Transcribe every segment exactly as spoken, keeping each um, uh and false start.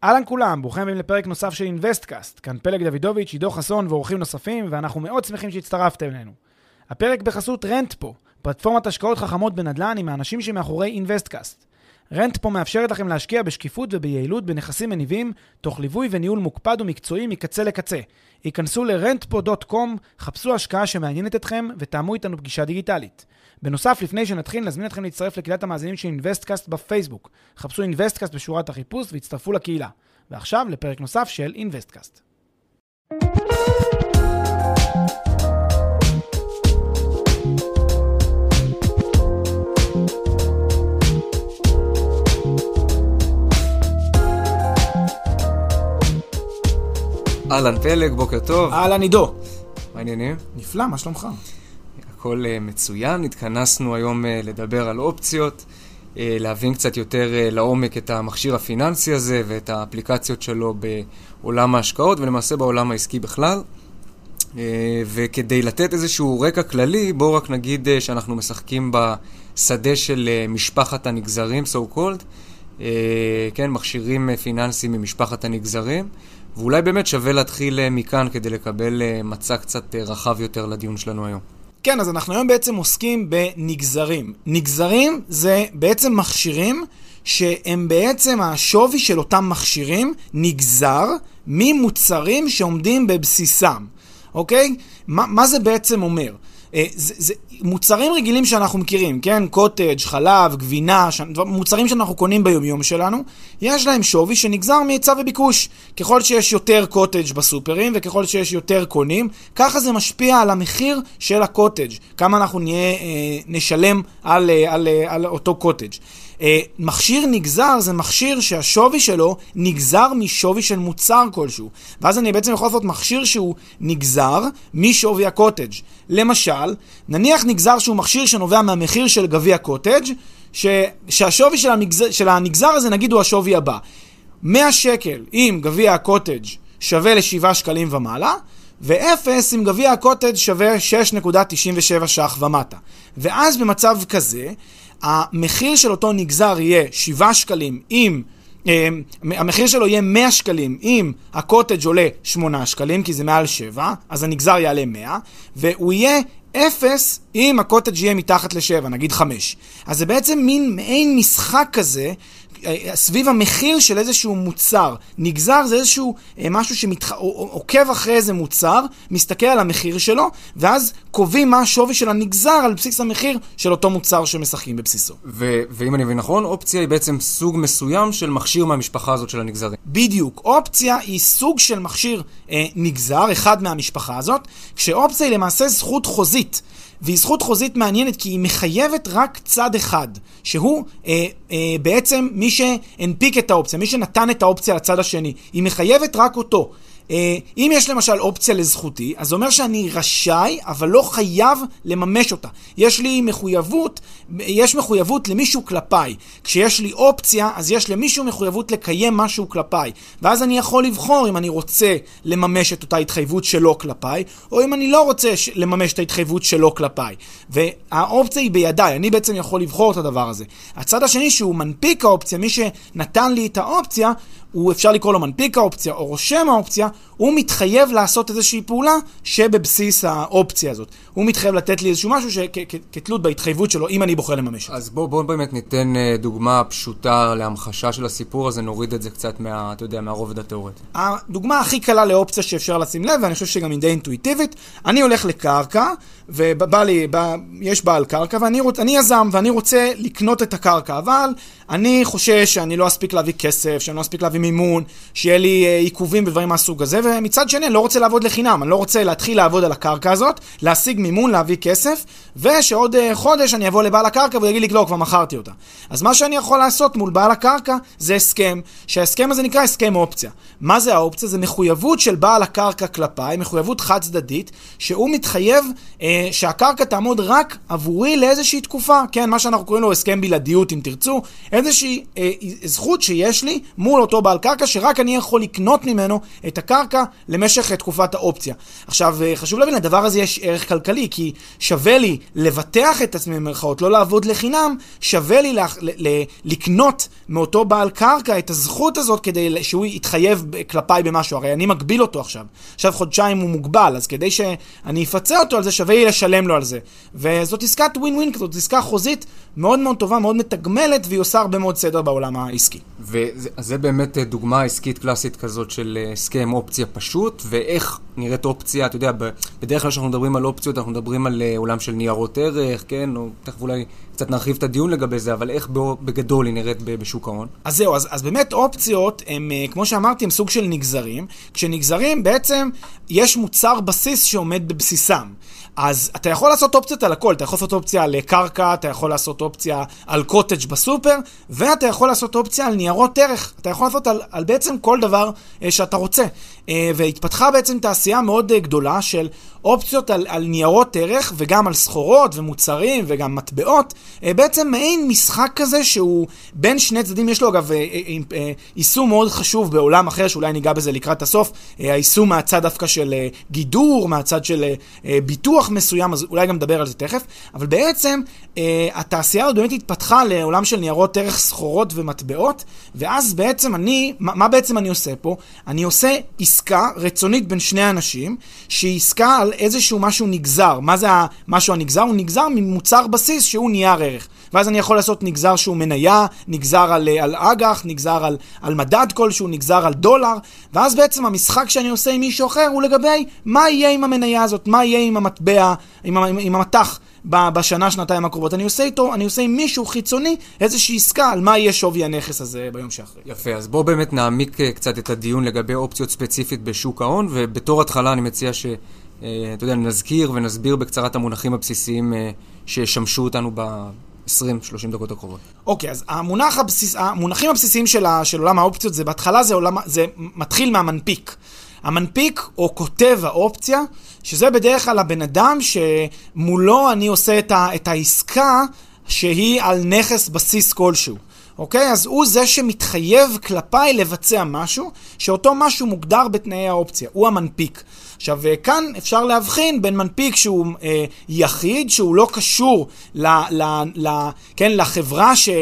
אהלן כולם, ברוכים הבאים לפרק נוסף של אינבסטקאסט. כאן פלג דוידוביץ', עידו חסון ואורחים נוספים, ואנחנו מאוד שמחים שהצטרפתם אלינו. הפרק בחסות רנטפו, פלטפורמת השקעות חכמות בנדל"ן עם האנשים שמאחורי אינבסטקאסט. רנטפו מאפשרת לכם להשקיע בשקיפות וביעילות בנכסים מניבים, תוך ליווי וניהול מוקפד ומקצועי מקצה לקצה. היכנסו ל-רנטפו דוט קום, חפשו השקעה שמעניינת אתכם ותאמו איתנו פגישה דיגיטלית. בנוסף, לפני שנתחיל, נזמין אתכם להצטרף לקהילת המאזינים של אינבסטקאסט בפייסבוק. חפשו אינבסטקאסט בשורת החיפוש והצטרפו לקהילה. ועכשיו לפרק נוסף של אינבסטקאסט. אהלן פלג, בוקר טוב. אהלן עידו. מה העניינים? נפלא, מה שלומך? הכל מצוין, התכנסנו היום לדבר על אופציות, להבין קצת יותר לעומק את המכשיר הפיננסי הזה ואת האפליקציות שלו בעולם ההשקעות ולמעשה בעולם העסקי בכלל. וכדי לתת איזשהו רקע כללי, בואו רק נגיד שאנחנו משחקים בשדה של משפחת הנגזרים, so called, כן, מכשירים פיננסיים ממשפחת הנגזרים, ואולי באמת שווה להתחיל מכאן כדי לקבל מצע קצת רחב יותר לדיון שלנו היום. כן, אז אנחנו היום בעצם עוסקים בנגזרים. נגזרים זה בעצם מכשירים שהם בעצם השווי של אותם מכשירים נגזר ממוצרים שעומדים בבסיסם. אוקיי? מה, מה זה בעצם אומר? זה, זה מוצרים רגילים שאנחנו מכירים, כן? קוטג', חלב, גבינה, ש... מוצרים שאנחנו קונים ביומיום שלנו, יש להם שווי שנגזר מהיצע וביקוש. ככל שיש יותר קוטג' בסופרים וככל שיש יותר קונים, ככה זה משפיע על המחיר של הקוטג', כמה אנחנו נהיה, נשלם על, על, על אותו קוטג'. מכשיר נגזר זה מכשיר שהשווי שלו נגזר משווי של מוצר כלשהו, ואז אני בעצם יכול לעשות מכשיר שהוא נגזר משווי הקוטג'. למשל, נניח נגזר שהוא מכשיר שנובע מהמחיר של גביע קוטג', ש... שהשווי של הנגזר, של הנגזר הזה נגיד הוא השווי הבא, מאה שקל אם גביע הקוטג' שווה לשבעה שקלים ומעלה, ואפס אם גביע הקוטג' שווה שש נקודה תשעים ושבע שח ומטה. ואז במצב כזה המחיר של אותו נגזר יהיה שבעה שקלים אם, אה, המחיר שלו יהיה מאה שקלים אם הקוטג' עולה שמונה שקלים, כי זה מעל שבע, אז הנגזר יעלה מאה, והוא יהיה אפס אם הקוטג' יהיה מתחת לשבע, נגיד חמש. אז זה בעצם מין מעין משחק כזה, סביב המחיר של איזשהו מוצר. נגזר זה איזשהו משהו שעוקב אחרי איזה מוצר, מסתכל על המחיר שלו, ואז קובעים מה השווי של הנגזר על בסיס המחיר של אותו מוצר שמשחקים בבסיסו. ו- ואם אני מבין נכון, אופציה היא בעצם סוג מסוים של מכשיר מהמשפחה הזאת של הנגזרים. בדיוק. אופציה היא סוג של מכשיר אה, נגזר, אחד מהמשפחה הזאת, כשאופציה היא למעשה זכות חוזית. והיא זכות חוזית מעניינת כי היא מחייבת רק צד אחד, שהוא אה, אה, בעצם מי שהנפיק את האופציה, מי שנתן את האופציה לצד השני. היא מחייבת רק אותו. אה, אם יש למשל אופציה לזכותי, אז זה אומר שאני רשאי, אבל לא חייב לממש אותה. יש לי מחויבות, יש מחויבות למישהו כלפיי. כשיש לי אופציה, אז יש למישהו מחויבות לקיים משהו כלפיי. ואז אני יכול לבחור אם אני רוצה לממש את אותה התחייבות שלו כלפיי, או אם אני לא רוצה לממש את ההתחייבות שלו כלפיי. והאופציה היא בידיי, אני בעצם יכול לבחור את הדבר הזה. הצד השני שהוא מנפיק האופציה, מי שנתן לי את האופציה, הוא אפשר לקרוא לו מנפיק האופציה או רושם האופציה, הוא מתחייב לעשות איזושהי פעולה שבבסיס האופציה הזאת. הוא מתחייב לתת לי איזשהו משהו שכתלות בהתחייבות שלו, אם אני בוחר לממש. אז בואו בוא באמת ניתן דוגמה פשוטה להמחשה של הסיפור הזה, נוריד את זה קצת מה, אתה יודע, מהרובד התיאורטי. הדוגמה הכי קלה לאופציה שאפשר לשים לב, ואני חושב שגם היא די אינטואיטיבית, אני הולך לקרקע, ובא לי, בא, יש בעל קרקע, ואני רוצ, אני יזם, ואני רוצה לקנות את הקרקע, אבל אני חושש שאני לא אספיק להביא כסף, שאני לא אספיק להביא מימון, שיהיה לי עיכובים בדברים מהסוג הזה, ומצד שני אני לא רוצה לעבוד לחינם, אני לא רוצה להתחיל לעבוד על הקרקע הזאת, להשיג מימון, להביא כסף, ושעוד חודש אני אבוא לבעל הקרקע ויגיד לי, לא, כבר מכרתי אותה. אז מה שאני יכול לעשות מול בעל הקרקע זה הסכם, שההסכם הזה נקרא הסכם אופציה. מה זה האופציה? זה מחויבות של בעל הקרקע כלפיי, מחויבות חד צדדית, שהוא מתחייב אה, שהקרקע תעמוד רק עבורי לאיזושהי תקופה, כן, מה שאנחנו קוראים לו הסכם בלעדיות אם תרצו, איזושהי אה, זכות שיש לי מול אותו בעל קרקע, שרק אני יכול לקנות ממנו את הקרקע למשך תקופת האופציה. עכשיו, חשוב להבין, לדבר הזה יש ערך כלכלי. כלכלי, כי שווה לי לבטח את עצמי במרכאות, לא לעבוד לחינם, שווה לי ל- ל- לקנות מאותו בעל קרקע את הזכות הזאת כדי שהוא יתחייב כלפיי במשהו. הרי אני מגביל אותו עכשיו. עכשיו חודשיים הוא מוגבל, אז כדי שאני אפצה אותו על זה, שווה לי לשלם לו על זה. וזאת עסקת ווין ווין, זאת עסקה חוזית מאוד מאוד טובה, מאוד מתגמלת, והיא עושה הרבה מאוד סדר בעולם העסקי. וזה באמת דוגמה עסקית קלאסית כזאת של הסכם אופציה פשוט, ואיך נראית אופציה, אתה יודע, בדרך כלל שאנחנו מדברים על אופציות, אנחנו מדברים על עולם של ניירות ערך, כן, או תכף אולי קצת נרחיב את הדיון לגבי זה, אבל איך בגדול היא נראית בשוק ההון? אז זהו, אז, אז באמת אופציות, הם, כמו שאמרתי, הם סוג של נגזרים. כשנגזרים בעצם יש מוצר בסיס שעומד בבסיסם. אז אתה יכול לעשות אופציות על הכל, אתה יכול לעשות אופציה על קרקע, אתה יכול לעשות אופציה על קוטג' בסופר, ואתה יכול לעשות אופציה על ניירות ערך. אתה יכול לעשות על, על בעצם כל דבר אה, שאתה רוצה. אה, והתפתחה בעצם תעשייה מאוד אה, גדולה של אופציות על, על ניירות ערך, וגם על סחורות ומוצרים וגם מטבעות. אה, בעצם מעין משחק כזה שהוא בין שני צדדים, יש לו אגב אה, אה, אה, יישום מאוד חשוב בעולם אחר, שאולי ניגע בזה לקראת הסוף, אה, היישום מהצד דווקא של אה, גידור, מהצד של אה, ביטוח מסוים, אז אולי גם נדבר על זה תכף, אבל בעצם אה, התעשייה הזאת באמת התפתחה לעולם של ניירות ערך, סחורות ומטבעות, ואז בעצם אני, מה, מה בעצם אני עושה פה? אני עושה עסקה רצונית בין שני אנשים, שהיא עסקה על איזשהו משהו נגזר. מה זה המשהו הנגזר? הוא נגזר ממוצר בסיס שהוא נייר ערך. ואז אני יכול לעשות נגזר שהוא מניה, נגזר על, על אג"ח, נגזר על, על מדד כלשהו, נגזר על דולר, ואז בעצם המשחק שאני עושה עם מישהו אחר הוא לגבי מה יהיה עם המניה הזאת, מה יהיה עם המטבע, עם, עם, עם המתח בשנה, שנתיים הקרובות. אני עושה איתו, אני עושה עם מישהו חיצוני איזושהי עסקה על מה יהיה שווי הנכס הזה ביום שאחרי. יפה, אז בואו באמת נעמיק קצת את הדיון לגבי אופציות ספציפית בשוק ההון, ובתור התחלה אני מציע ש, אתה יודע, נזכיר ונסביר בקצרת המונחים הבסיסיים ששמשו אותנו ב-עשרים שלושים דקות הקרובות. אוקיי, אז המונח הבסיס, המונחים הבסיסיים של, של עולם האופציות, זה בהתחלה זה, עולם, זה מתחיל מהמנפיק. המנפיק או כותב האופציה, שזה בדרך כלל הבן אדם שמולו אני עושה את, ה, את העסקה שהיא על נכס בסיס כלשהו. אוקיי? אז הוא זה שמתחייב כלפיי לבצע משהו, שאותו משהו מוגדר בתנאי האופציה. הוא המנפיק. עכשיו, כאן אפשר להבחין בין מנפיק שהוא אה, יחיד, שהוא לא קשור ל, ל, ל, כן, לחברה ש,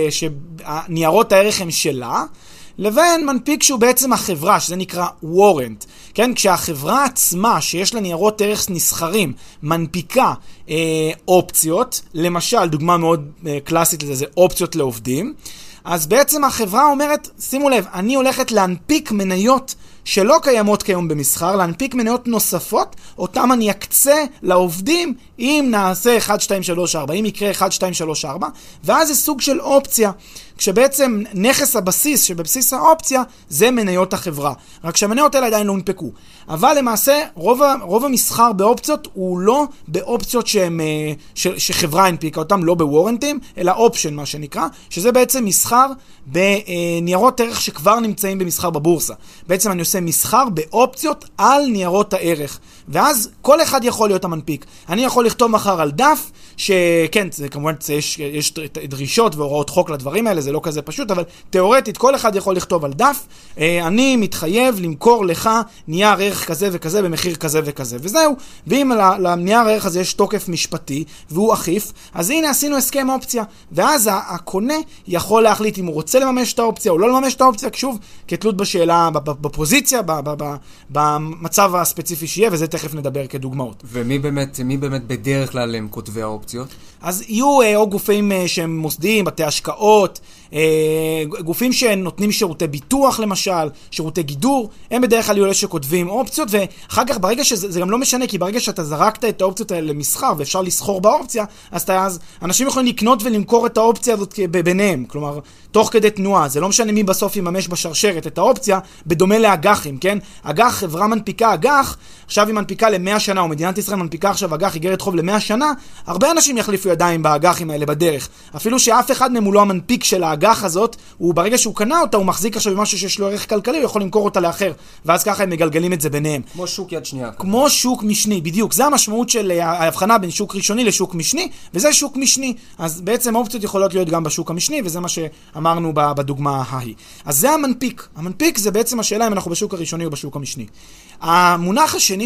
שניירות הערך הם שלה, לבין מנפיק שהוא בעצם החברה, שזה נקרא וורנט. כן, כשהחברה עצמה, שיש לה ניירות ערך נסחרים, מנפיקה אה, אופציות, למשל, דוגמה מאוד אה, קלאסית לזה, זה אופציות לעובדים, אז בעצם החברה אומרת, שימו לב, אני הולכת להנפיק מניות שלא קיימות כיום במסחר, להנפיק מניות נוספות, אותם אני אקצה לעובדים, אם נעשה אחת, שתיים, שלוש, ארבע, אם יקרה אחת, שתיים, שלוש, ארבע, ואז זה סוג של אופציה, כשבעצם נכס הבסיס שבבסיס האופציה זה מניות החברה. רק שהמניות האלה עדיין לא הונפקו. אבל למעשה רוב, רוב המסחר באופציות הוא לא באופציות שהם, ש, שחברה הנפיקה אותם, לא בוורנטים, אלא אופשן מה שנקרא, שזה בעצם מסחר בניירות ערך שכבר נמצאים במסחר בבורסה. בעצם אני עושה מסחר באופציות על ניירות הערך. ואז כל אחד יכול להיות המנפיק. אני יכול לכתוב מחר על דף, שכן, זה, כמובן זה, יש, יש דרישות והוראות חוק לדברים האלה, זה לא כזה פשוט, אבל תיאורטית כל אחד יכול לכתוב על דף, אני מתחייב למכור לך נייר ערך כזה וכזה במחיר כזה וכזה, וזהו. ואם לנייר הערך הזה יש תוקף משפטי והוא אכיף, אז הנה עשינו הסכם אופציה, ואז הקונה יכול להחליט אם הוא רוצה לממש את האופציה או לא לממש את האופציה, שוב, כתלות בשאלה, בפוזיציה, במצב הספציפי שיהיה, וזה תכף נדבר כדוגמאות. ומי באמת, מי באמת בדרך כלל הם כותבי האופציות? אז יהיו אה, או גופים אה, שהם מוסדיים, בתי השקעות, אה, גופים שנותנים שירותי ביטוח למשל, שירותי גידור, הם בדרך כלל יהיו שכותבים אופציות, ואחר כך ברגע שזה זה גם לא משנה, כי ברגע שאתה זרקת את האופציות האלה למסחר ואפשר לסחור באופציה, אז, אתה, אז אנשים יכולים לקנות ולמכור את האופציה הזאת ביניהם, כלומר, תוך כדי תנועה, זה לא משנה מי בסוף יממש בשרשרת את האופציה, בדומה לאג"חים, כן? אג"ח, חברה מנפיקה אג"ח, עכשיו היא מנפיקה ל-מאה שנה, או מדינת ישראל מנפיקה עכשיו אג"ח, איגרת חוב ל-מאה שנה, הרבה אנשים יחליפו ידיים באג"חים האלה בדרך. אפילו שאף אחד מהם הוא לא המנפיק של האג"ח האג"ח הזאת, הוא ברגע שהוא קנה אותה, הוא מחזיק עכשיו במשהו שיש לו ערך כלכלי, הוא יכול למכור אותה לאחר, ואז ככה הם מגלגלים את זה ביניהם. כמו שוק יד שנייה. כמו שוק משני, בדיוק. זה המשמעות של ההבחנה בין שוק ראשוני לשוק משני, וזה שוק משני. אז בעצם האופציות יכולות להיות גם בשוק המשני, וזה מה שאמרנו בדוגמה ההיא. אז זה המנפיק. המנפיק זה בעצם השאלה אם אנחנו בשוק הראשוני או בשוק המשני. המונח השני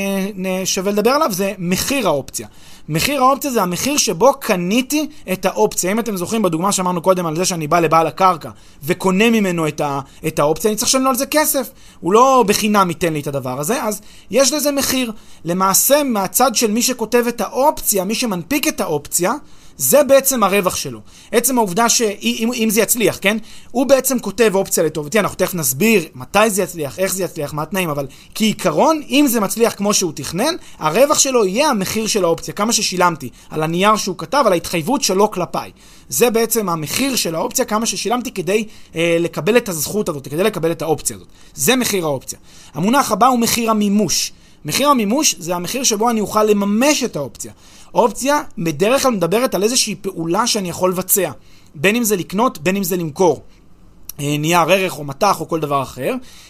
ששווה לדבר עליו זה מחיר האופציה. מחיר האופציה זה המחיר שבו קניתי את האופציה. אם אתם זוכרים בדוגמה שאמרנו קודם על זה שאני בא לבעל הקרקע וקונה ממנו את, ה, את האופציה, אני צריך לשלם לו על זה כסף. הוא לא בחינם ייתן לי את הדבר הזה, אז יש לזה מחיר. למעשה מהצד של מי שכותב את האופציה, מי שמנפיק את האופציה, זה בעצם הרווח שלו. עצם העובדה שאם אם זה יצליח, כן? הוא בעצם כותב אופציה לטובתי, אנחנו תכף נסביר מתי זה יצליח, איך זה יצליח, מה התנאים, אבל כעיקרון, אם זה מצליח כמו שהוא תכנן, הרווח שלו יהיה המחיר של האופציה, כמה ששילמתי, על הנייר שהוא כתב, על ההתחייבות שלו כלפיי. זה בעצם המחיר של האופציה, כמה ששילמתי כדי אה, לקבל את הזכות הזאת, כדי לקבל את האופציה הזאת. זה מחיר האופציה. המונח הבא הוא מחיר המימוש. מחיר המימוש זה המחיר שבו אני אוכל לממש את האופציה. האופציה בדרך כלל מדברת על איזושהי פעולה שאני יכול לבצע. בין אם זה לקנות, בין אם זה למכור. נייר ערך או מתח או כל דבר אחר.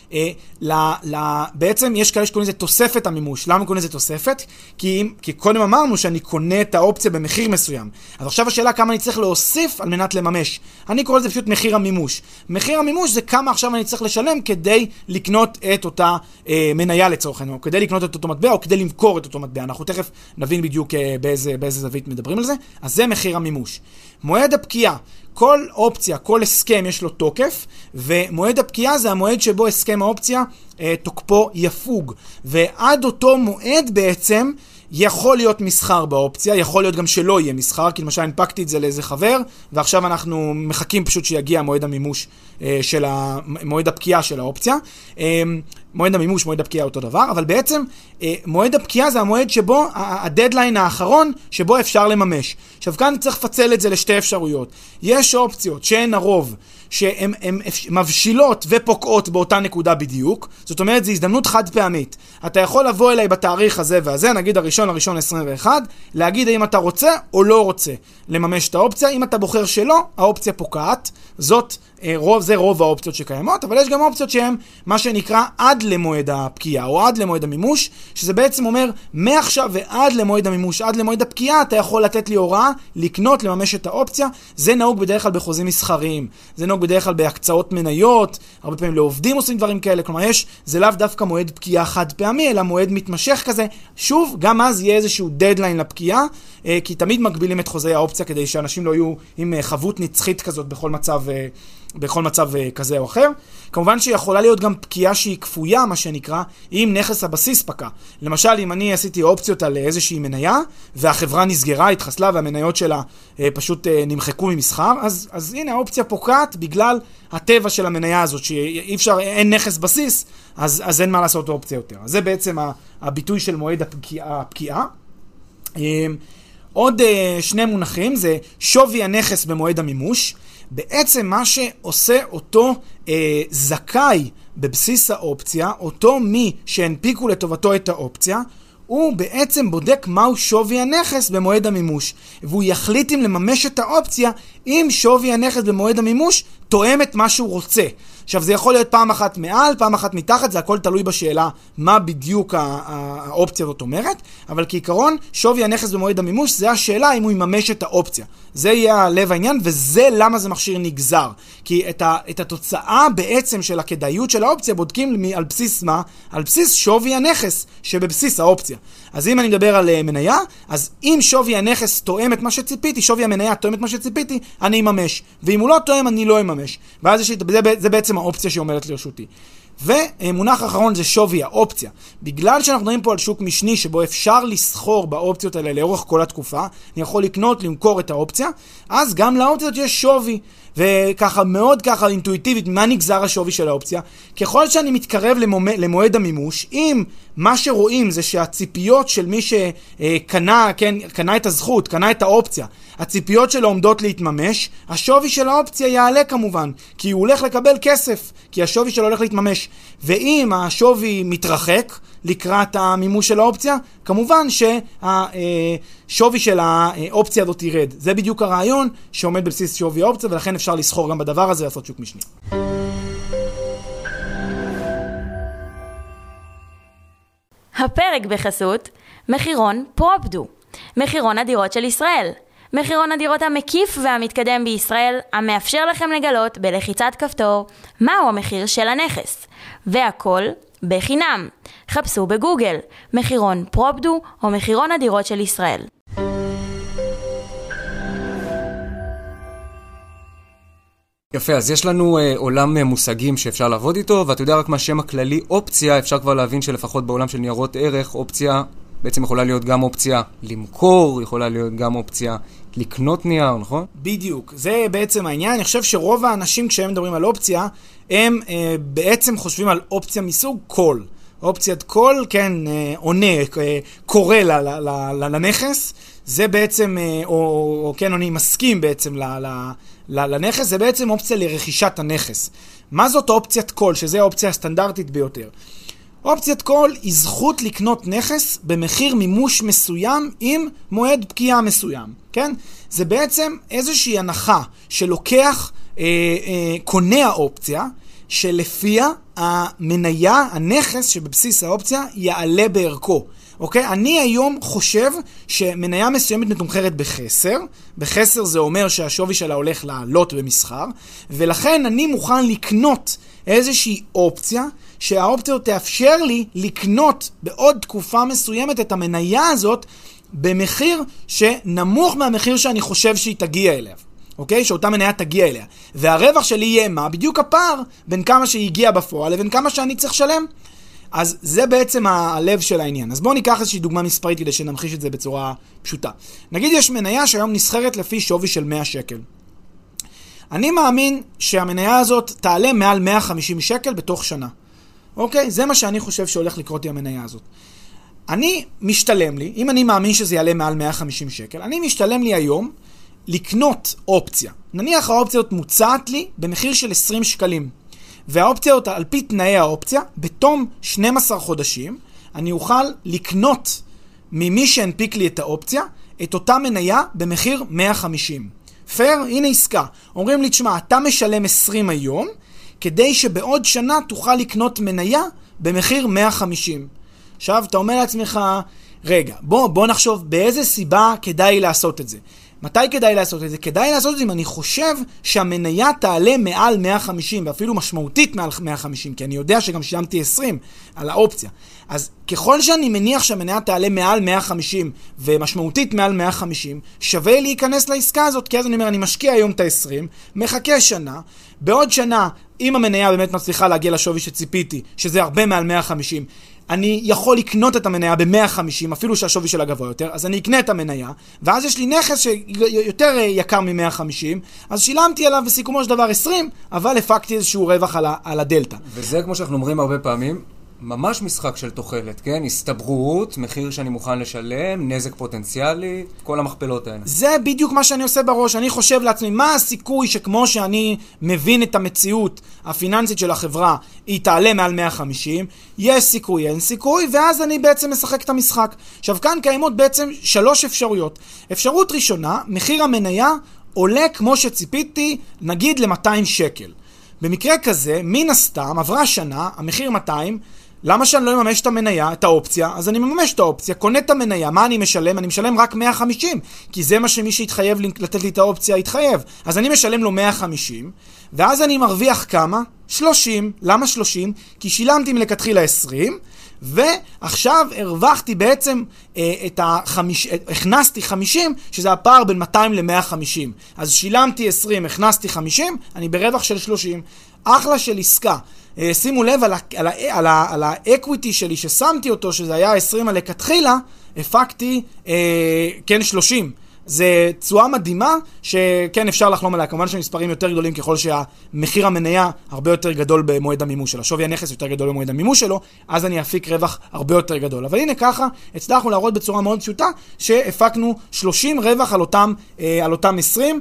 ל, ל, בעצם יש כאלה שקוראים לזה תוספת המימוש. למה קוראים לזה תוספת? כי, כי קודם אמרנו שאני קונה את האופציה במחיר מסוים. אז עכשיו השאלה כמה אני צריך להוסיף על מנת לממש. אני קורא לזה פשוט מחיר המימוש. מחיר המימוש זה כמה עכשיו אני צריך לשלם כדי לקנות את אותה אה, מניה לצורך העניין, או כדי לקנות את אותו מטבע, או כדי למכור את אותו מטבע. אנחנו תכף נבין בדיוק אה, באיזה, באיזה זווית מדברים על זה. אז זה מחיר המימוש. מועד הפקיעה. כל אופציה, כל הסכם יש לו תוקף, ומועד הפקיעה זה המועד שבו הסכם האופציה אה, תוקפו יפוג. ועד אותו מועד בעצם יכול להיות מסחר באופציה, יכול להיות גם שלא יהיה מסחר, כי למשל הנפקתי את זה לאיזה חבר, ועכשיו אנחנו מחכים פשוט שיגיע מועד המימוש אה, של ה... מועד הפקיעה של האופציה. אה, מועד המימוש, מועד הפקיעה אותו דבר, אבל בעצם אה, מועד הפקיעה זה המועד שבו, הדדליין האחרון שבו אפשר לממש. עכשיו כאן צריך לפצל את זה לשתי אפשרויות. יש אופציות שהן הרוב, שהן מבשילות ופוקעות באותה נקודה בדיוק. זאת אומרת, זו הזדמנות חד פעמית. אתה יכול לבוא אליי בתאריך הזה והזה, נגיד הראשון הראשון עשרים ואחת, להגיד האם אתה רוצה או לא רוצה לממש את האופציה. אם אתה בוחר שלא, האופציה פוקעת. זאת רוב, זה רוב האופציות שקיימות, אבל יש גם אופציות שהן מה שנקרא עד למועד הפקיעה, או עד למועד המימוש, שזה בעצם אומר, מעכשיו ועד למועד המימוש, עד למועד הפקיעה, אתה יכול לתת לי הוראה, לקנות, לממש את האופציה. זה נהוג בדרך כלל בחוזים מסחריים, זה נהוג בדרך כלל בהקצאות מניות, הרבה פעמים לעובדים עושים דברים כאלה, כלומר יש, זה לאו דווקא מועד פקיעה חד פעמי, אלא מועד מתמשך כזה. שוב, גם אז יהיה איזשהו דדליין לפקיעה, כי תמיד מגבילים את חוזי האופציה כדי שאנשים לא יהיו עם חבות נצחית כזאת בכל מצב, בכל מצב כזה או אחר. כמובן שיכולה להיות גם פקיעה שהיא כפויה, מה שנקרא, אם נכס הבסיס פקע. למשל, אם אני עשיתי אופציות על איזושהי מניה, והחברה נסגרה, התחסלה, והמניות שלה פשוט נמחקו ממסחר, אז, אז הנה, האופציה פוקעת בגלל הטבע של המניה הזאת, שאי אפשר, אין נכס בסיס, אז, אז אין מה לעשות אופציה יותר. אז זה בעצם הביטוי של מועד הפקיעה. הפקיעה. עוד שני מונחים, זה שווי הנכס במועד המימוש. בעצם מה שעושה אותו אה, זכאי בבסיס האופציה, אותו מי שהנפיקו לטובתו את האופציה, הוא בעצם בודק מהו שווי הנכס במועד המימוש. והוא יחליט אם לממש את האופציה, אם שווי הנכס במועד המימוש תואם את מה שהוא רוצה. עכשיו, זה יכול להיות פעם אחת מעל, פעם אחת מתחת, זה הכל תלוי בשאלה מה בדיוק האופציה הזאת אומרת, אבל כעיקרון, שווי הנכס במועד המימוש, זה השאלה אם הוא יממש את האופציה. זה יהיה הלב העניין, וזה למה זה מכשיר נגזר. כי את, ה, את התוצאה בעצם של הכדאיות של האופציה בודקים על בסיס מה? על בסיס שווי הנכס שבבסיס האופציה. אז אם אני מדבר על מניה, אז אם שווי הנכס תואם את מה שציפיתי, שווי המניה תואם את מה שציפיתי, אני אממש. ואם הוא לא תואם, אני לא אממש. ואז זה, זה בעצם האופציה שעומדת לרשותי. ומונח האחרון זה שווי האופציה. בגלל שאנחנו מדברים פה על שוק משני שבו אפשר לסחור באופציות האלה לאורך כל התקופה, אני יכול לקנות, למכור את האופציה, אז גם לאופציות יש שווי. וככה מאוד ככה אינטואיטיבית, מה נגזר השווי של האופציה? ככל שאני מתקרב למועד המימוש, אם מה שרואים זה שהציפיות של מי שקנה, כן, קנה את הזכות, קנה את האופציה, הציפיות שלו עומדות להתממש, השווי של האופציה יעלה כמובן, כי הוא הולך לקבל כסף, כי השווי שלו הולך להתממש. ואם השווי מתרחק, לקראת המימוש של האופציה, כמובן שהשווי של האופציה הזאת ירד. זה בדיוק הרעיון שעומד בבסיס שווי האופציה, ולכן אפשר לסחור גם בדבר הזה לעשות שוק משני. הפרק בחסות מחירון פרופדו, מחירון הדירות של ישראל. מחירון הדירות המקיף והמתקדם בישראל, המאפשר לכם לגלות בלחיצת כפתור מהו המחיר של הנכס. והכל בחינם. חפשו בגוגל מחירון פרופדו או מחירון הדירות של ישראל. יפה, אז יש לנו אה, עולם אה, מושגים שאפשר לעבוד איתו, ואתה יודע רק מה שם הכללי אופציה, אפשר כבר להבין שלפחות בעולם של ניירות ערך, אופציה בעצם יכולה להיות גם אופציה למכור, יכולה להיות גם אופציה לקנות נייר, נכון? בדיוק, זה בעצם העניין. אני חושב שרוב האנשים כשהם מדברים על אופציה, הם אה, בעצם חושבים על אופציה מסוג קול. אופציית קול, כן, אה, עונה, אה, קורא ל- ל- ל- לנכס, זה בעצם, אה, או, או כן, אני מסכים בעצם ל... ל- לנכס, זה בעצם אופציה לרכישת הנכס. מה זאת אופציית קול, שזה האופציה הסטנדרטית ביותר? אופציית קול היא זכות לקנות נכס במחיר מימוש מסוים עם מועד פקיעה מסוים, כן? זה בעצם איזושהי הנחה שלוקח, אה, אה, קונה האופציה, שלפיה המניה, הנכס שבבסיס האופציה, יעלה בערכו. אוקיי? אני היום חושב שמניה מסוימת מתומחרת בחסר. בחסר זה אומר שהשווי שלה הולך לעלות במסחר, ולכן אני מוכן לקנות איזושהי אופציה, שהאופציה תאפשר לי לקנות בעוד תקופה מסוימת את המניה הזאת, במחיר שנמוך מהמחיר שאני חושב שהיא תגיע אליו. אוקיי? שאותה מניה תגיע אליה. והרווח שלי יהיה מה? בדיוק הפער בין כמה שהיא הגיעה בפועל לבין כמה שאני צריך לשלם. אז זה בעצם הלב של העניין. אז בואו ניקח איזושהי דוגמה מספרית כדי שנמחיש את זה בצורה פשוטה. נגיד יש מניה שהיום נסחרת לפי שווי של מאה שקל. אני מאמין שהמניה הזאת תעלה מעל מאה וחמישים שקל בתוך שנה. אוקיי? זה מה שאני חושב שהולך לקרות עם המניה הזאת. אני משתלם לי, אם אני מאמין שזה יעלה מעל מאה וחמישים שקל, אני משתלם לי היום לקנות אופציה. נניח האופציה הזאת מוצעת לי במחיר של עשרים שקלים. והאופציה אותה, על פי תנאי האופציה, בתום שנים עשר חודשים, אני אוכל לקנות ממי שהנפיק לי את האופציה, את אותה מניה במחיר מאה וחמישים. פייר? הנה עסקה. אומרים לי, תשמע, אתה משלם עשרים היום, כדי שבעוד שנה תוכל לקנות מניה במחיר מאה וחמישים. עכשיו, אתה אומר לעצמך, רגע, בוא, בוא נחשוב באיזה סיבה כדאי לעשות את זה. מתי כדאי לעשות את זה? כדאי לעשות את זה אם אני חושב שהמניה תעלה מעל מאה וחמישים, ואפילו משמעותית מעל מאה וחמישים, כי אני יודע שגם שילמתי עשרים על האופציה. אז ככל שאני מניח שהמניה תעלה מעל מאה וחמישים, ומשמעותית מעל מאה וחמישים, שווה להיכנס לעסקה הזאת, כי אז אני אומר, אני משקיע היום את ה-עשרים, מחכה שנה, בעוד שנה, אם המניה באמת מצליחה להגיע לשווי שציפיתי, שזה הרבה מעל מאה וחמישים, אני יכול לקנות את המניה ב-מאה וחמישים, אפילו שהשווי שלה גבוה יותר, אז אני אקנה את המניה, ואז יש לי נכס שיותר יקר מ-מאה וחמישים, אז שילמתי עליו בסיכומו של דבר עשרים, אבל הפקתי איזשהו רווח על, ה- על הדלטה. וזה, כמו שאנחנו אומרים הרבה פעמים, ממש משחק של תוחלת, כן? הסתברות, מחיר שאני מוכן לשלם, נזק פוטנציאלי, כל המכפלות האלה. זה בדיוק מה שאני עושה בראש. אני חושב לעצמי, מה הסיכוי שכמו שאני מבין את המציאות הפיננסית של החברה, היא תעלה מעל מאה וחמישים, יש סיכוי, אין סיכוי, ואז אני בעצם משחק את המשחק. עכשיו, כאן קיימות בעצם שלוש אפשרויות. אפשרות ראשונה, מחיר המניה עולה כמו שציפיתי, נגיד ל-מאתיים שקל. במקרה כזה, מן הסתם, עברה שנה, המחיר מאתיים, למה שאני לא אממש את המניה, את האופציה? אז אני מממש את האופציה, קונה את המניה, מה אני משלם? אני משלם רק מאה וחמישים, כי זה מה שמי שהתחייב לתת לי את האופציה התחייב. אז אני משלם לו מאה וחמישים, ואז אני מרוויח כמה? שלושים. למה שלושים? כי שילמתי מלכתחילה עשרים, ועכשיו הרווחתי בעצם אה, את החמיש... הכנסתי חמישים, שזה הפער בין מאתיים ל-מאה וחמישים. אז שילמתי עשרים, הכנסתי חמישים, אני ברווח של שלושים. אחלה של עסקה. אה, שימו לב על, ה... על, ה... על, ה... על האקוויטי שלי ששמתי אותו, שזה היה עשרים הלכתחילה, הפקתי אה, כן שלושים. זה תשואה מדהימה שכן אפשר לחלום עליה. כמובן שמספרים יותר גדולים ככל שהמחיר המניה הרבה יותר גדול במועד המימוש שלו. שווי הנכס יותר גדול במועד המימוש שלו, אז אני אפיק רווח הרבה יותר גדול. אבל הנה ככה הצלחנו להראות בצורה מאוד פשוטה שהפקנו שלושים רווח על אותם, על אותם עשרים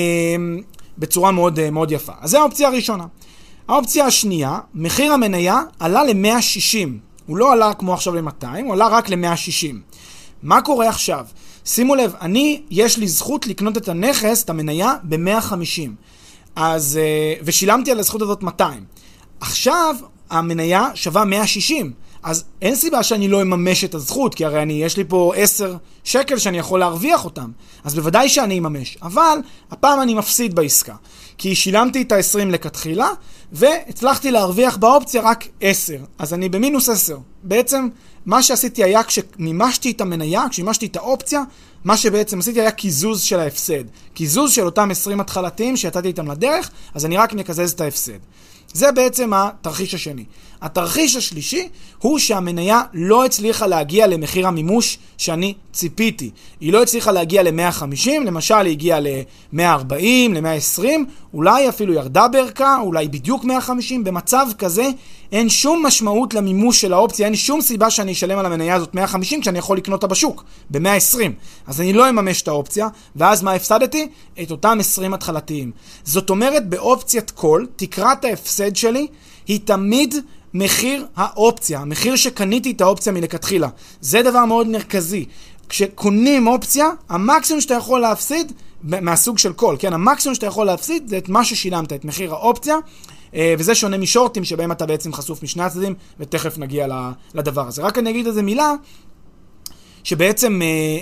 בצורה מאוד, מאוד יפה. אז זו האופציה הראשונה. האופציה השנייה, מחיר המניה עלה ל-מאה ושישים. הוא לא עלה כמו עכשיו ל-מאתיים, הוא עלה רק ל-מאה ושישים. מה קורה עכשיו? שימו לב, אני, יש לי זכות לקנות את הנכס, את המניה, ב-מאה וחמישים. אז, ושילמתי על הזכות הזאת מאתיים. עכשיו, המניה שווה מאה ושישים. אז אין סיבה שאני לא אממש את הזכות, כי הרי אני, יש לי פה עשר שקל שאני יכול להרוויח אותם. אז בוודאי שאני אממש. אבל, הפעם אני מפסיד בעסקה. כי שילמתי את ה-עשרים לכתחילה, והצלחתי להרוויח באופציה רק עשר. אז אני במינוס עשר. בעצם, מה שעשיתי היה כשמימשתי את המניה, כשמימשתי את האופציה, מה שבעצם עשיתי היה קיזוז של ההפסד. קיזוז של אותם עשרים התחלתיים שיתתי איתם לדרך, אז אני רק מקזז את ההפסד. זה בעצם התרחיש השני. התרחיש השלישי הוא שהמניה לא הצליחה להגיע למחיר המימוש שאני ציפיתי. היא לא הצליחה להגיע ל-מאה וחמישים, למשל היא הגיעה ל-מאה וארבעים, ל-מאה ועשרים, אולי אפילו ירדה בערכה, אולי בדיוק מאה וחמישים. במצב כזה אין שום משמעות למימוש של האופציה, אין שום סיבה שאני אשלם על המניה הזאת מאה וחמישים כשאני יכול לקנות אותה בשוק, ב-מאה ועשרים. אז אני לא אממש את האופציה, ואז מה הפסדתי? את אותם עשרים התחלתיים. זאת אומרת, באופציית קול, תקרת ההפסד שלי היא תמיד מחיר האופציה, המחיר שקניתי את האופציה מלכתחילה. זה דבר מאוד מרכזי. כשקונים אופציה, המקסימום שאתה יכול להפסיד, מהסוג של קול, כן? המקסימום שאתה יכול להפסיד זה את מה ששילמת, את מחיר האופציה, וזה שונה משורטים שבהם אתה בעצם חשוף משני הצדדים, ותכף נגיע לדבר הזה. רק אני אגיד איזה מילה, שבעצם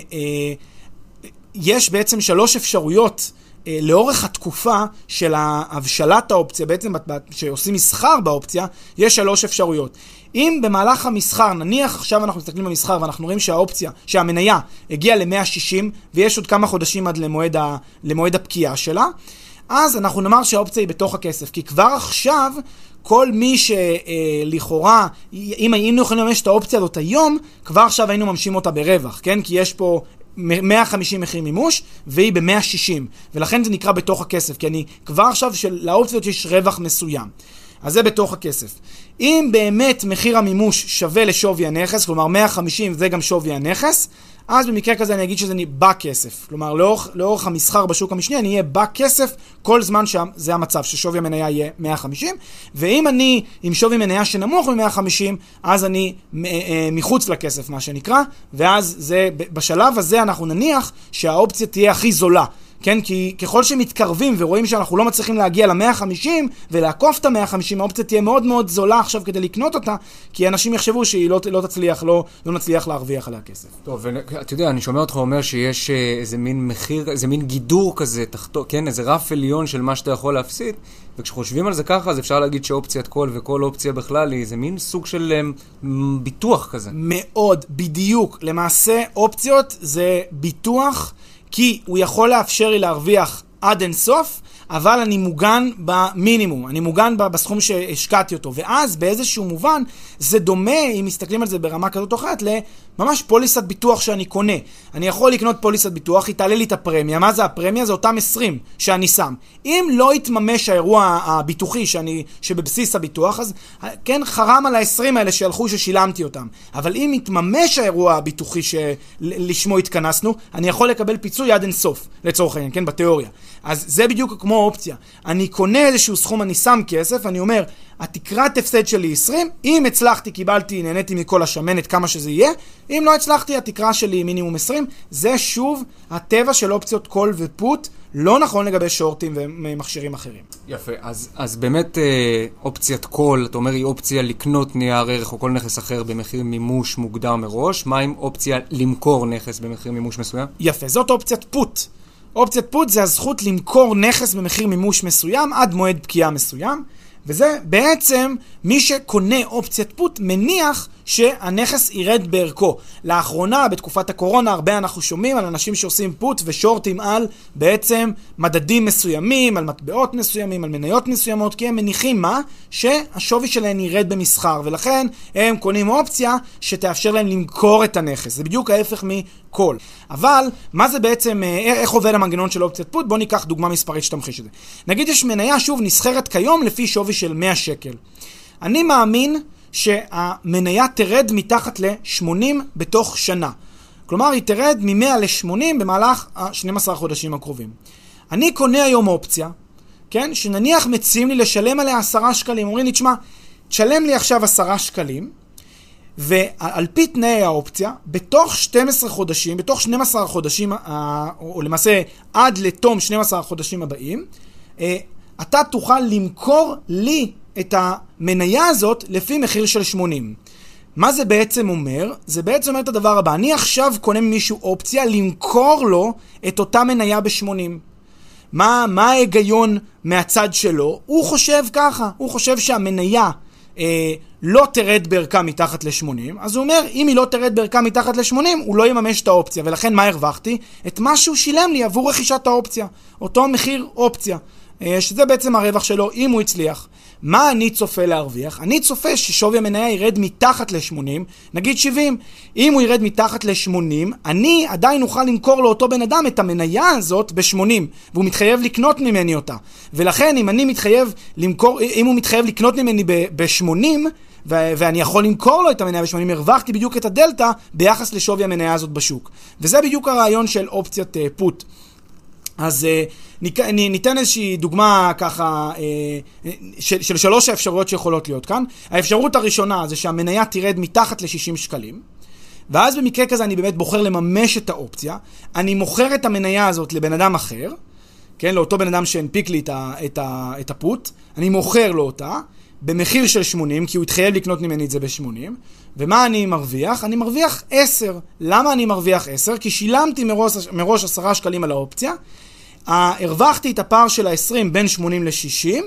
יש בעצם שלוש אפשרויות לאורך התקופה של הבשלת האופציה, בעצם שעושים מסחר באופציה, יש שלוש אפשרויות. אם במהלך המסחר, נניח עכשיו אנחנו מסתכלים במסחר ואנחנו רואים שהאופציה, שהמניה הגיעה ל-מאה ושישים ויש עוד כמה חודשים עד למועד, ה, למועד הפקיעה שלה, אז אנחנו נאמר שהאופציה היא בתוך הכסף, כי כבר עכשיו כל מי שלכאורה, אם היינו יכולים לממש את האופציה הזאת היום, כבר עכשיו היינו ממשים אותה ברווח, כן? כי יש פה מאה וחמישים מחיר מימוש, והיא ב-מאה ושישים. ולכן זה נקרא בתוך הכסף, כי אני כבר עכשיו שלאופציות יש רווח מסוים. אז זה בתוך הכסף. אם באמת מחיר המימוש שווה לשווי הנכס, כלומר מאה וחמישים זה גם שווי הנכס, אז במקרה כזה אני אגיד שזה אני בכסף. כלומר, לאורך, לאורך המסחר בשוק המשני, אני אהיה בכסף כל זמן שזה המצב, ששווי המניה יהיה מאה וחמישים. ואם אני עם שווי מניה שנמוך מ-מאה וחמישים, אז אני מחוץ לכסף, מה שנקרא. ואז זה, בשלב הזה אנחנו נניח שהאופציה תהיה הכי זולה. כן, כי ככל שמתקרבים ורואים שאנחנו לא מצליחים להגיע ל-מאה וחמישים ולעקוף את ה-מאה וחמישים, האופציה תהיה מאוד מאוד זולה עכשיו כדי לקנות אותה, כי אנשים יחשבו שהיא לא, לא תצליח, לא, לא נצליח להרוויח עליה כסף. טוב, ואתה יודע, אני שומע אותך אומר שיש איזה מין מחיר, איזה מין גידור כזה, תחתו, כן, איזה רף עליון של מה שאתה יכול להפסיד, וכשחושבים על זה ככה, אז אפשר להגיד שאופציית קול וכל אופציה בכלל היא איזה מין סוג של ביטוח כזה. מאוד, בדיוק. למעשה, אופציות זה ביטוח, כי הוא יכול לאפשר לי להרוויח עד אין סוף, אבל אני מוגן במינימום, אני מוגן בסכום שהשקעתי אותו, ואז באיזשהו מובן זה דומה, אם מסתכלים על זה ברמה כזאת או אחרת, לממש פוליסת ביטוח שאני קונה. אני יכול לקנות פוליסת ביטוח, היא תעלה לי את הפרמיה. מה זה הפרמיה? זה אותם עשרים שאני שם. אם לא יתממש האירוע הביטוחי שאני, שבבסיס הביטוח, אז כן חרם על ה-עשרים האלה שהלכו ששילמתי אותם. אבל אם יתממש האירוע הביטוחי שלשמו התכנסנו, אני יכול לקבל פיצוי עד אין סוף, לצורך העניין, כן, בתיאוריה. אז זה בדיוק כמו אופציה. אני קונה איזשהו סכום, אני שם כסף, אני אומר, התקרת הפסד שלי עשרים, אם הצלחתי, קיבלתי, נהניתי מכל השמנת, כמה שזה יהיה, אם לא הצלחתי, התקרה שלי מינימום עשרים, זה שוב הטבע של אופציות קול ופוט, לא נכון לגבי שורטים ומכשירים אחרים. יפה, אז, אז באמת אופציית קול, אתה אומר, היא אופציה לקנות נייר ערך או כל נכס אחר במחיר מימוש מוגדר מראש, מה עם אופציה למכור נכס במחיר מימוש מסוים? יפה, זאת אופציית פוט. אופציית פוט זה הזכות למכור נכס במחיר מימוש מסוים עד מועד פקיעה מסוים, וזה בעצם מי שקונה אופציית פוט מניח שהנכס ירד בערכו. לאחרונה, בתקופת הקורונה, הרבה אנחנו שומעים על אנשים שעושים פוט ושורטים על בעצם מדדים מסוימים, על מטבעות מסוימים, על מניות מסוימות, כי הם מניחים מה? שהשווי שלהם ירד במסחר, ולכן הם קונים אופציה שתאפשר להם למכור את הנכס. זה בדיוק ההפך מקול. אבל, מה זה בעצם, איך עובד המנגנון של אופציית פוט? בוא ניקח דוגמה מספרית שתמחיש את זה. נגיד יש מניה, שוב, נסחרת כיום לפי שווי של מאה שקל. אני מאמין שהמניה תרד מתחת ל-שמונים בתוך שנה. כלומר, היא תרד מ-מאה ל-שמונים במהלך ה-שנים עשר חודשים הקרובים. אני קונה היום אופציה, כן? שנניח מציעים לי לשלם עליה עשרה שקלים. אומרים לי, תשמע, תשלם לי עכשיו עשרה שקלים, ועל פי תנאי האופציה, בתוך שנים עשר חודשים, בתוך שנים עשר חודשים, או למעשה עד לתום שנים עשר החודשים הבאים, אתה תוכל למכור לי את המניה הזאת לפי מחיר של שמונים. מה זה בעצם אומר? זה בעצם אומר את הדבר הבא. אני עכשיו קונה ממישהו אופציה למכור לו את אותה מניה ב-שמונים. מה, מה ההיגיון מהצד שלו? הוא חושב ככה. הוא חושב שהמניה אה, לא תרד בערכה מתחת ל-שמונים. אז הוא אומר, אם היא לא תרד בערכה מתחת ל-שמונים, הוא לא יממש את האופציה. ולכן מה הרווחתי? את מה שהוא שילם לי עבור רכישת האופציה. אותו מחיר אופציה. אה, שזה בעצם הרווח שלו, אם הוא הצליח. מה אני צופה להרוויח? אני צופה ששווי המניה ירד מתחת ל-שמונים, נגיד שבעים. אם הוא ירד מתחת ל-שמונים, אני עדיין אוכל למכור לאותו בן אדם את המניה הזאת ב-שמונים, והוא מתחייב לקנות ממני אותה. ולכן אם אני מתחייב למכור, אם הוא מתחייב לקנות ממני ב-שמונים, ו- ואני יכול למכור לו את המניה ב-שמונים, הרווחתי בדיוק את הדלטה ביחס לשווי המניה הזאת בשוק. וזה בדיוק הרעיון של אופציית uh, פוט. אז uh, ניתן איזושהי דוגמה ככה uh, של, של שלוש האפשרויות שיכולות להיות כאן. האפשרות הראשונה זה שהמניה תרד מתחת ל-שישים שקלים, ואז במקרה כזה אני באמת בוחר לממש את האופציה. אני מוכר את המניה הזאת לבן אדם אחר, כן, לאותו בן אדם שהנפיק לי את, ה, את, ה, את הפוט, אני מוכר לו אותה במחיר של שמונים, כי הוא התחייב לקנות ממני את זה ב-שמונים. ומה אני מרוויח? אני מרוויח עשר. למה אני מרוויח עשר? כי שילמתי מראש, מראש עשרה שקלים על האופציה, הרווחתי את הפער של ה-עשרים בין שמונים ל-שישים,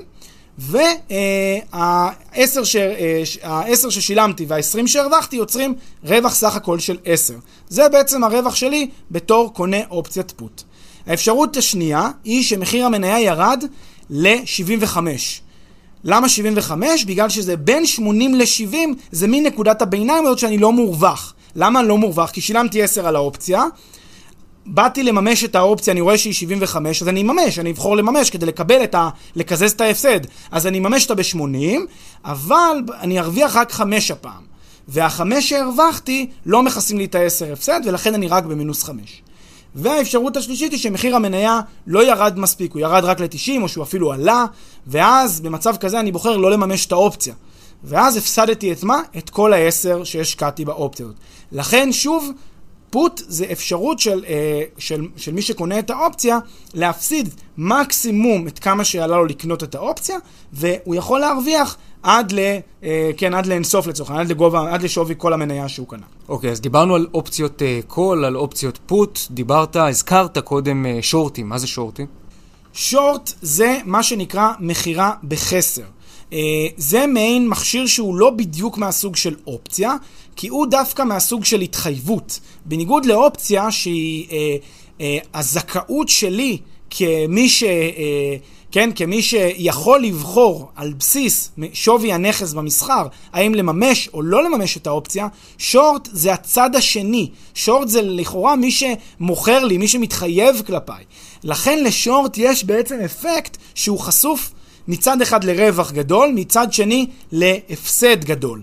וה-עשר ש... ה-עשר ששילמתי וה-עשרים שהרווחתי יוצרים רווח סך הכל של עשר. זה בעצם הרווח שלי בתור קונה אופציית פוט. האפשרות השנייה היא שמחיר המניה ירד ל-שבעים וחמש. למה שבעים וחמש? בגלל שזה בין שמונים ל-שבעים, זה מין נקודת הביניים הזאת שאני לא מורווח. למה אני לא מורווח? כי שילמתי עשר על האופציה, באתי לממש את האופציה, אני רואה שהיא שבעים וחמש, אז אני אממש, אני אבחור לממש כדי לקבל את ה... לקזז את ההפסד. אז אני אממש אותה ב-שמונים, אבל אני ארוויח רק חמש הפעם. והחמש שהרווחתי לא מכסים לי את ה-עשר הפסד, ולכן אני רק במינוס חמש. והאפשרות השלישית היא שמחיר המניה לא ירד מספיק, הוא ירד רק ל-תשעים, או שהוא אפילו עלה, ואז במצב כזה אני בוחר לא לממש את האופציה. ואז הפסדתי את מה? את כל ה-עשר שהשקעתי באופציות. לכן שוב, פוט זה אפשרות של, של, של מי שקונה את האופציה להפסיד מקסימום את כמה שעלה לו לקנות את האופציה, והוא יכול להרוויח עד ל, כן, עד לאינסוף לצורך, עד לגובה, עד לשווי כל המניה שהוא קנה. אוקיי, אז דיברנו על אופציות קול, על אופציות פוט, דיברת, הזכרת קודם שורטים. מה זה שורטים? שורט זה מה שנקרא מחירה בחסר. זה מעין מכשיר שהוא לא בדיוק מהסוג של אופציה, כי הוא דווקא מהסוג של התחייבות. בניגוד לאופציה שהיא אה, אה, הזכאות שלי כמי ש... אה, כן, כמי שיכול לבחור על בסיס שווי הנכס במסחר, האם לממש או לא לממש את האופציה, שורט זה הצד השני. שורט זה לכאורה מי שמוכר לי, מי שמתחייב כלפיי. לכן לשורט יש בעצם אפקט שהוא חשוף מצד אחד לרווח גדול, מצד שני להפסד גדול.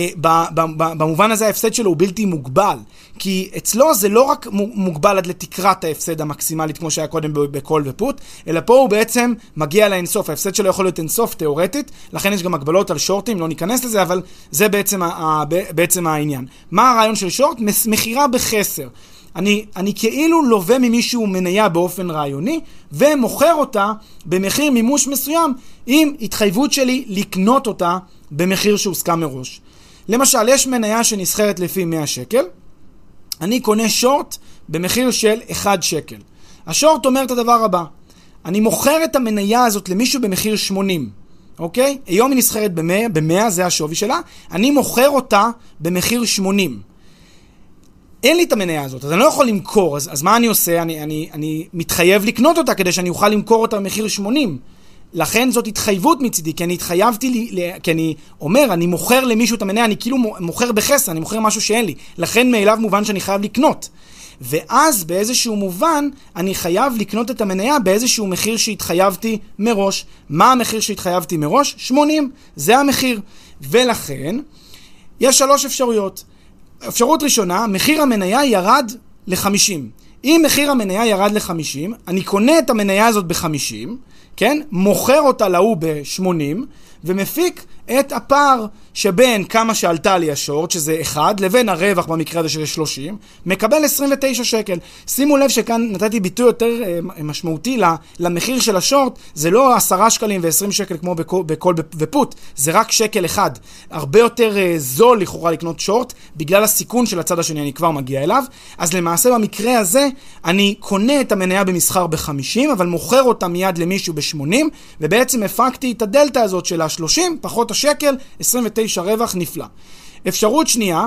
במובן הזה ההפסד שלו הוא בלתי מוגבל, כי אצלו זה לא רק מוגבל עד לתקרת ההפסד המקסימלית כמו שהיה קודם בקול ופוט, אלא פה הוא בעצם מגיע לאינסוף. ההפסד שלו יכול להיות אינסוף תיאורטית, לכן יש גם הגבלות על שורטים, לא ניכנס לזה, אבל זה בעצם, בעצם העניין. מה הרעיון של שורט? מחירה בחסר. אני, אני כאילו לווה ממישהו מניה באופן רעיוני, ומוכר אותה במחיר מימוש מסוים, עם התחייבות שלי לקנות אותה במחיר שהוסכם מראש. למשל, יש מניה שנסחרת לפי מאה שקל, אני קונה שורט במחיר של אחד שקל. השורט אומר את הדבר הבא, אני מוכר את המניה הזאת למישהו במחיר שמונים, אוקיי? היום היא נסחרת ב-מאה, ב-מאה זה השווי שלה, אני מוכר אותה במחיר שמונים. אין לי את המניה הזאת, אז אני לא יכול למכור, אז, אז מה אני עושה? אני, אני, אני מתחייב לקנות אותה כדי שאני אוכל למכור אותה במחיר שמונים. לכן זאת התחייבות מצידי, כי אני התחייבתי לי, כי אני אומר, אני מוכר למישהו את המניה, אני כאילו מוכר בחסר, אני מוכר משהו שאין לי. לכן מאליו מובן שאני חייב לקנות. ואז באיזשהו מובן, אני חייב לקנות את המניה באיזשהו מחיר שהתחייבתי מראש. מה המחיר שהתחייבתי מראש? שמונים. זה המחיר. ולכן, יש שלוש אפשרויות. אפשרות ראשונה, מחיר המניה ירד ל-חמישים. אם מחיר המניה ירד ל-חמישים, אני קונה את המניה הזאת ב-חמישים, כן? מוכר אותה להוא ב-שמונים, ומפיק את הפער שבין כמה שעלתה לי השורט, שזה אחד, לבין הרווח במקרה הזה של שלושים, מקבל עשרים ותשע שקל. שימו לב שכאן נתתי ביטוי יותר משמעותי למחיר של השורט, זה לא עשרה שקלים ו-עשרים שקל כמו בכל ופוט, זה רק שקל אחד. הרבה יותר זול לכאורה לקנות שורט, בגלל הסיכון של הצד השני, אני כבר מגיע אליו. אז למעשה במקרה הזה, אני קונה את המניה במסחר ב-חמישים, אבל מוכר אותה מיד למישהו ב-שמונים, ובעצם הפקתי את הדלטה הזאת של ה-שלושים, פחות השקל, עשרים ותשע רווח נפלא. אפשרות שנייה,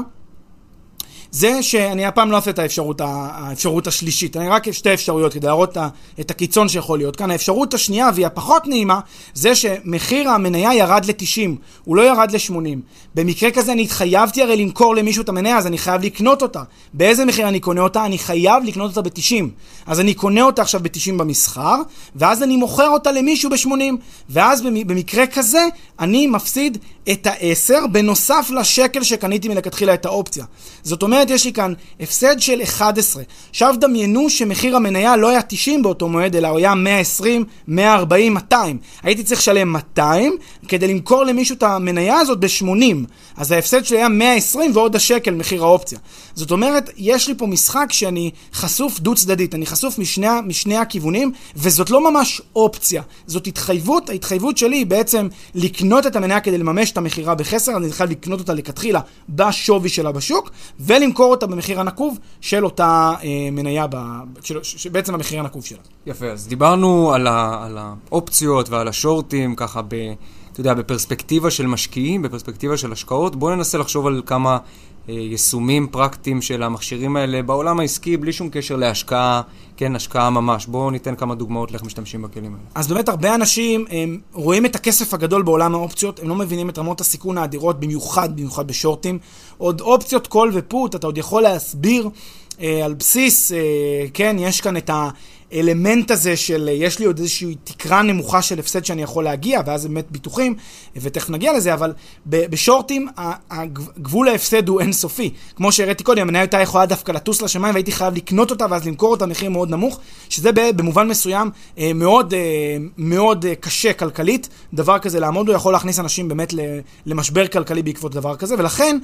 זה שאני הפעם לא עושה את האפשרות, האפשרות השלישית, אני רק שתי אפשרויות כדי להראות את הקיצון שיכול להיות כאן. האפשרות השנייה והיא הפחות נעימה, זה שמחיר המניה ירד ל-תשעים, הוא לא ירד ל-שמונים. במקרה כזה אני התחייבתי הרי למכור למישהו את המניה, אז אני חייב לקנות אותה. באיזה מחיר אני קונה אותה? אני חייב לקנות אותה ב-תשעים. אז אני קונה אותה עכשיו ב-תשעים במסחר, ואז אני מוכר אותה למישהו ב-שמונים. ואז במקרה כזה אני מפסיד את ה-עשר בנוסף לשקל שקניתי מלכתחילה את האופציה. זאת אומרת, יש לי כאן הפסד של אחד עשר. עכשיו דמיינו שמחיר המניה לא היה תשעים באותו מועד, אלא הוא היה מאה ועשרים, מאה וארבעים, מאתיים. הייתי צריך לשלם מאתיים כדי למכור למישהו את המניה הזאת ב-שמונים. אז ההפסד שלי היה מאה ועשרים ועוד השקל מחיר האופציה. זאת אומרת, יש לי פה משחק שאני חשוף דו צדדית, אני חשוף משני, משני הכיוונים, וזאת לא ממש אופציה. זאת התחייבות, ההתחייבות שלי היא בעצם לקנות את המניה כדי לממש את המחירה בחסר, אני חייב לקנות אותה לכתחילה בשווי שלה בשוק, ולמכור אותה במחיר הנקוב של אותה אה, מניה, ב, של, שבעצם המחיר הנקוב שלה. יפה, אז דיברנו על, ה, על האופציות ועל השורטים, ככה ב, אתה יודע, בפרספקטיבה של משקיעים, בפרספקטיבה של השקעות. בואו ננסה לחשוב על כמה אה, יישומים פרקטיים של המכשירים האלה בעולם העסקי, בלי שום קשר להשקעה, כן, השקעה ממש. בואו ניתן כמה דוגמאות לאיך משתמשים בכלים האלה. אז באמת הרבה אנשים הם רואים את הכסף הגדול בעולם האופציות, הם לא מבינים את רמות הסיכון האדירות, במיוחד, במיוחד בשורטים. עוד אופציות קול ופוט, אתה עוד יכול להסביר אה, על בסיס, אה, כן, יש כאן את האלמנט הזה של, יש לי עוד איזושהי תקרה נמוכה של הפסד שאני יכול להגיע, ואז באמת ביטוחים, ותכף נגיע לזה, אבל בשורטים, הגבול ההפסד הוא אינסופי. כמו שהראיתי קודם, המניה הייתה יכולה דווקא לטוס לשמיים, והייתי חייב לקנות אותה, ואז למכור אותה מחיר מאוד נמוך, שזה במובן מסוים מאוד, מאוד קשה כלכלית. דבר כזה לעמוד, הוא יכול להכניס אנשים באמת למשבר כלכלי בעקבות דבר כזה, ולכן,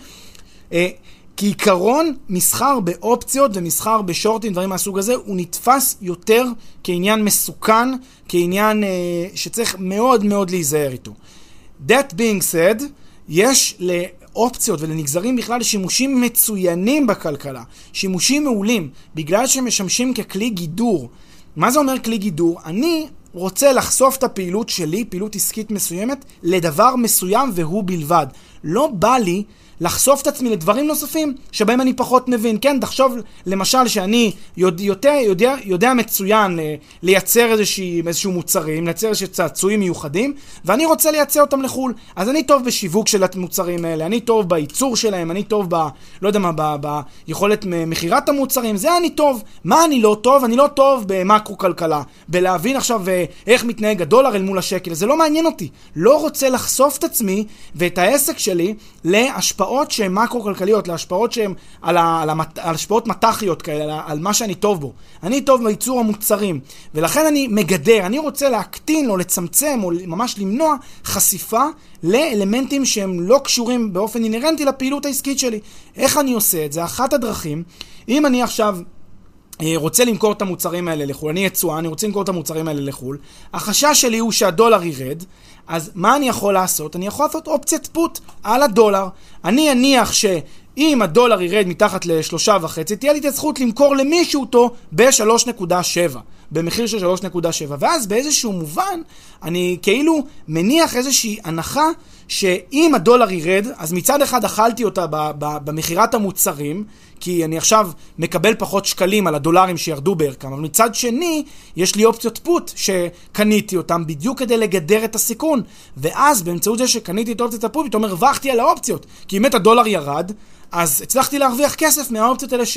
כעיקרון, מסחר באופציות ומסחר בשורטים, דברים מהסוג הזה, הוא נתפס יותר כעניין מסוכן, כעניין אה, שצריך מאוד מאוד להיזהר איתו. That being said, יש לאופציות ולנגזרים בכלל שימושים מצוינים בכלכלה, שימושים מעולים, בגלל שהם משמשים ככלי גידור. מה זה אומר כלי גידור? אני רוצה לחשוף את הפעילות שלי, פעילות עסקית מסוימת, לדבר מסוים והוא בלבד. לא בא לי לחשוף את עצמי לדברים נוספים שבהם אני פחות מבין. כן, תחשוב למשל שאני יודע, יודע, יודע מצוין לייצר איזושהי, איזשהו מוצרים, לייצר איזשהו צעצועים מיוחדים, ואני רוצה לייצר אותם לחול. אז אני טוב בשיווק של המוצרים האלה, אני טוב בייצור שלהם, אני טוב ב, לא יודע מה, ב, ביכולת מחירת המוצרים, זה אני טוב. מה אני לא טוב? אני לא טוב במקרו כלכלה, בלהבין עכשיו איך מתנהג הדולר אל מול השקל. זה לא מעניין אותי. לא רוצה לחשוף את עצמי ואת העסק שלי להשפעות שהן מקרו-כלכליות, להשפעות שהן על, ה, על, המת, על השפעות מתחיות כאלה, על, על מה שאני טוב בו. אני טוב בייצור המוצרים, ולכן אני מגדר, אני רוצה להקטין או לצמצם או ממש למנוע חשיפה לאלמנטים שהם לא קשורים באופן אינרנטי לפעילות העסקית שלי. איך אני עושה את זה? אחת הדרכים, אם אני עכשיו רוצה למכור את המוצרים האלה לחול, אני יצואן, אני רוצה למכור את המוצרים האלה לחול, החשש שלי הוא שהדולר ירד, אז מה אני יכול לעשות? אני יכול לעשות אופציית פוט על הדולר. אני אניח שאם הדולר ירד מתחת לשלושה וחצי, תהיה לי את הזכות למכור למישהו אותו ב-שלוש נקודה שבע, במחיר של שלוש נקודה שבע. ואז באיזשהו מובן, אני כאילו מניח איזושהי הנחה שאם הדולר ירד, אז מצד אחד אכלתי אותה במחירת המוצרים, כי אני עכשיו מקבל פחות שקלים על הדולרים שירדו בערכם, אבל מצד שני, יש לי אופציות פוט שקניתי אותם בדיוק כדי לגדר את הסיכון, ואז באמצעות זה שקניתי את אופציות הפוט, פתאום הרווחתי על האופציות, כי אם את הדולר ירד, אז הצלחתי להרוויח כסף מהאופציות האלה ש,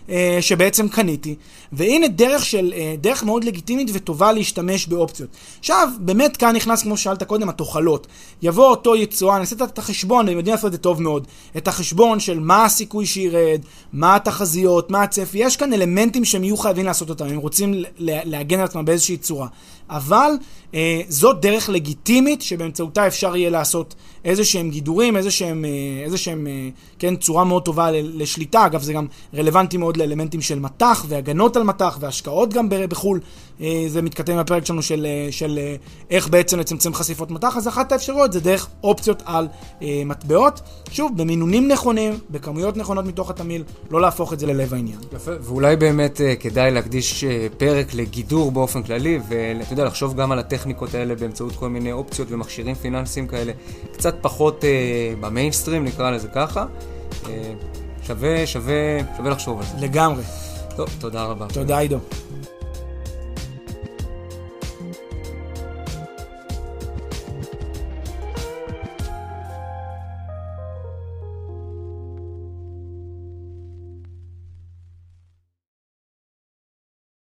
שבעצם קניתי. והנה דרך של, דרך מאוד לגיטימית וטובה להשתמש באופציות. עכשיו, באמת כאן נכנס, כמו שאלת קודם, התוחלות. יבוא אותו יצואן, נעשה את החשבון, והם יודעים לעשות את זה טוב מאוד. את החשבון של מה הסיכוי שירד, מה התחזיות, מה הצפי. יש כאן אלמנטים שהם יהיו חייבים לעשות אותם, הם רוצים להגן על עצמם באיזושהי צורה. אבל אה, זאת דרך לגיטימית שבאמצעותה אפשר יהיה לעשות איזה שהם גידורים, איזה שהם, אה, איזה שהם אה, כן, צורה מאוד טובה לשליטה. אגב, זה גם רלוונטי מאוד לאלמנטים של מתח והגנות על מתח והשקעות גם בחול. אה, זה מתכתב עם הפרק שלנו של, אה, של אה, איך בעצם לצמצם חשיפות מתח. אז אחת האפשרויות זה דרך אופציות על אה, מטבעות. שוב, במינונים נכונים, בכמויות נכונות מתוך התמיל, לא להפוך את זה ללב העניין. יפה, ואולי באמת uh, כדאי להקדיש uh, פרק לגידור באופן כללי, ואתה יודע, לחשוב גם על הטכניקות האלה באמצעות כל מיני אופציות ומכשירים פיננסיים כאלה, קצת פחות uh, במיינסטרים, נקרא לזה ככה. Uh, שווה, שווה, שווה לחשוב על זה. לגמרי. טוב, תודה רבה. תודה, עידו.